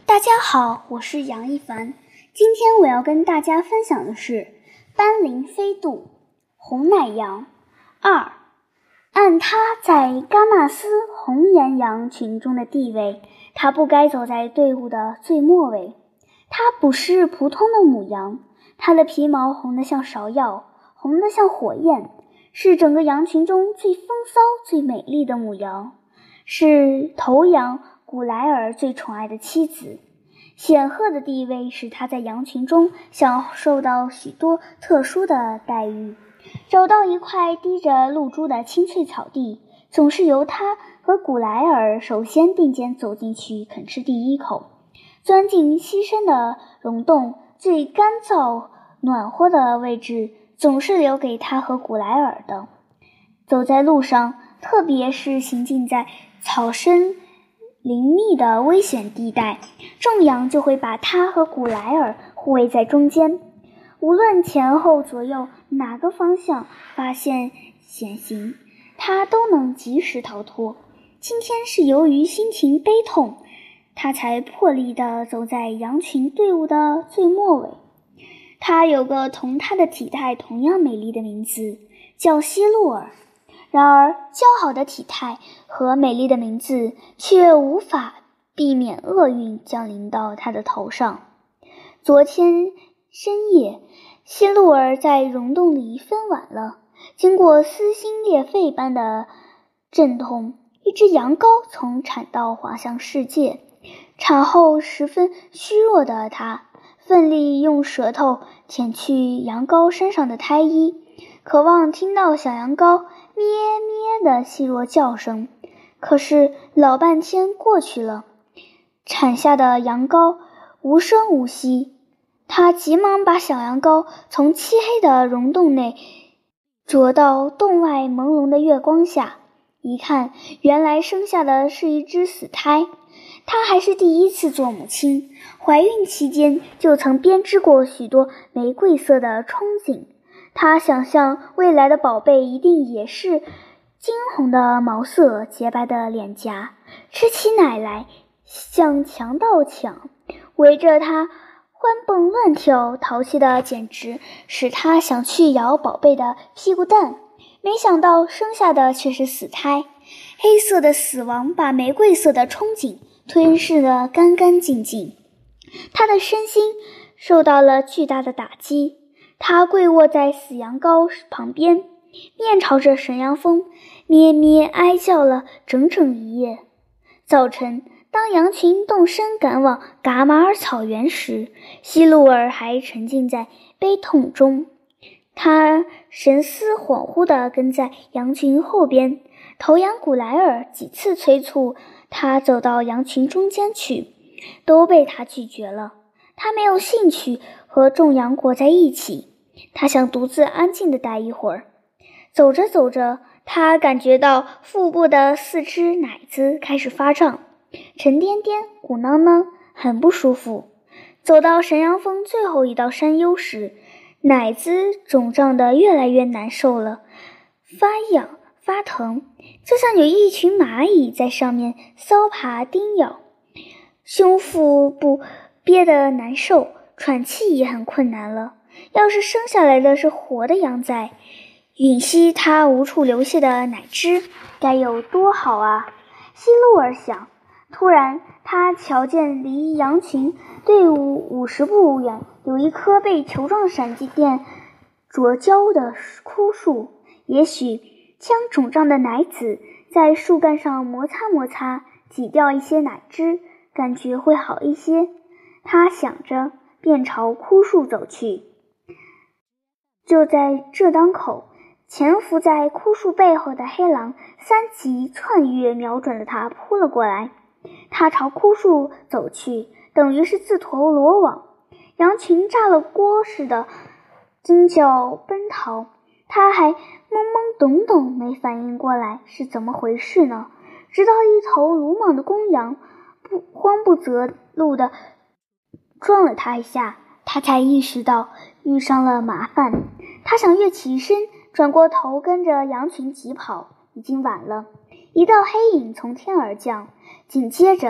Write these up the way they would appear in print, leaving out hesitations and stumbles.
大家好，我是杨一凡。今天我要跟大家分享的是斑羚飞渡红奶羊2。按他在戛纳斯红岩羊群中的地位，他不该走在队伍的最末尾。他不是普通的母羊，他的皮毛红得像芍药，红得像火焰，是整个羊群中最风骚最美丽的母羊，是头羊古莱尔最宠爱的妻子。显赫的地位使他在羊群中享受到许多特殊的待遇。找到一块滴着露珠的青翠草地，总是由他和古莱尔首先并肩走进去啃吃第一口。钻进栖身的溶洞，最干燥暖和的位置总是留给他和古莱尔的。走在路上，特别是行进在草深林密的危险地带，众羊就会把他和古莱尔护卫在中间，无论前后左右哪个方向发现险行，他都能及时逃脱。今天是由于心情悲痛，他才破例地走在羊群队伍的最末尾。他有个同他的体态同样美丽的名字，叫希路尔。然而姣好的体态和美丽的名字却无法避免厄运降临到他的头上。昨天深夜，希路尔在溶洞里分娩了，经过撕心裂肺般的阵痛，一只羊羔从产道滑向世界。产后十分虚弱的他奋力用舌头舔去羊羔身上的胎衣，渴望听到小羊羔咩咩的细弱叫声。可是老半天过去了，产下的羊羔无声无息。他急忙把小羊羔从漆黑的溶洞内啄到洞外朦胧的月光下，一看，原来生下的是一只死胎。她还是第一次做母亲，怀孕期间就曾编织过许多玫瑰色的憧憬。她想象未来的宝贝一定也是金红的毛色，洁白的脸颊，吃起奶来向强盗抢，围着她欢蹦乱跳，淘气的简直使她想去咬宝贝的屁股蛋。没想到生下的却是死胎，黑色的死亡把玫瑰色的憧憬吞噬得干干净净。她的身心受到了巨大的打击，她跪卧在死羊羔旁边，面朝着神阳峰，咩咩哀叫了整整一夜。早晨，当羊群动身赶往噶玛尔草原时，希路尔还沉浸在悲痛中。他神思恍惚地跟在羊群后边，头羊古莱尔几次催促他走到羊群中间去，都被他拒绝了。他没有兴趣和众羊裹在一起，他想独自安静地待一会儿。走着走着，他感觉到腹部的4只奶子开始发胀，沉甸甸鼓囊囊，很不舒服。走到神阳峰最后一道山丘时，奶子肿胀得越来越难受了，发痒发疼，就像有一群蚂蚁在上面搔爬叮咬。胸腹部憋得难受，喘气也很困难了。要是生下来的是活的羊崽，吮吸它无处流泻的奶汁，该有多好啊！希路尔想。突然，他瞧见离羊群队伍50步远有一棵被球状闪电灼焦的枯树，也许将肿胀的奶子在树干上摩擦摩擦，挤掉一些奶汁，感觉会好一些。他想着，便朝枯树走去。就在这当口，潜伏在枯树背后的黑狼3级窜跃，瞄准了他扑了过来。他朝枯树走去，等于是自投罗网。羊群炸了锅似的惊叫奔逃，他还懵懵懂懂没反应过来是怎么回事呢。直到一头鲁莽的公羊慌不择路地撞了他一下，他才意识到遇上了麻烦。他想跃起身，转过头跟着羊群疾跑，已经晚了。一道黑影从天而降，紧接着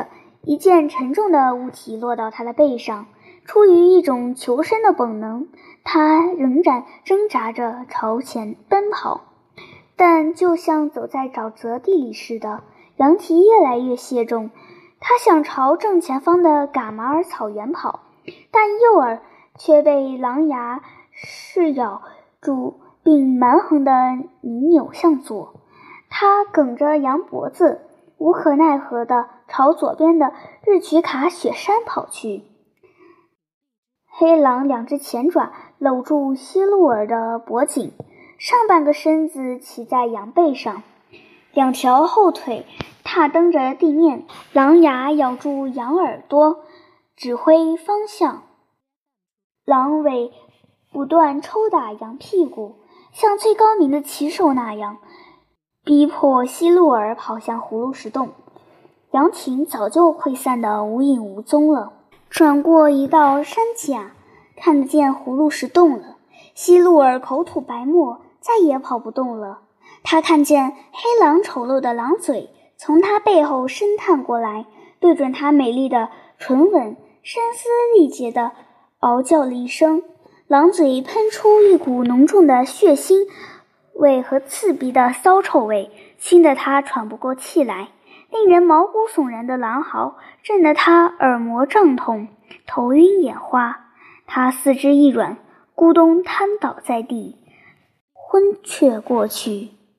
一件沉重的物体落到他的背上，出于一种求生的本能，他仍然挣扎着朝前奔跑。但就像走在沼泽地里似的，羊蹄越来越卸重。他想朝正前方的噶玛尔草原跑，但右耳却被狼牙噬咬住，并蛮横地拧扭向左。他梗着羊脖子，无可奈何地朝左边的日曲卡雪山跑去。黑狼两只前爪搂住希路尔的脖颈，上半个身子骑在羊背上，两条后腿踏蹬着地面，狼牙咬住羊耳朵，指挥方向。狼尾不断抽打羊屁股，像最高明的骑手那样，逼迫希路尔跑向葫芦石洞。羊群早就溃散得无影无踪了。转过一道山甲，看得见葫芦石洞了。希路尔口吐白沫，再也跑不动了。他看见黑狼丑陋的狼嘴从他背后伸探过来，对准他美丽的唇吻，声嘶力竭地嗷叫了一声。狼嘴喷出一股浓重的血腥味和刺鼻的骚臭味，熏得他喘不过气来。令人毛骨悚然的狼嚎震得他耳膜胀痛，头晕眼花。他四肢一软，咕咚瘫倒在地，昏厥过去。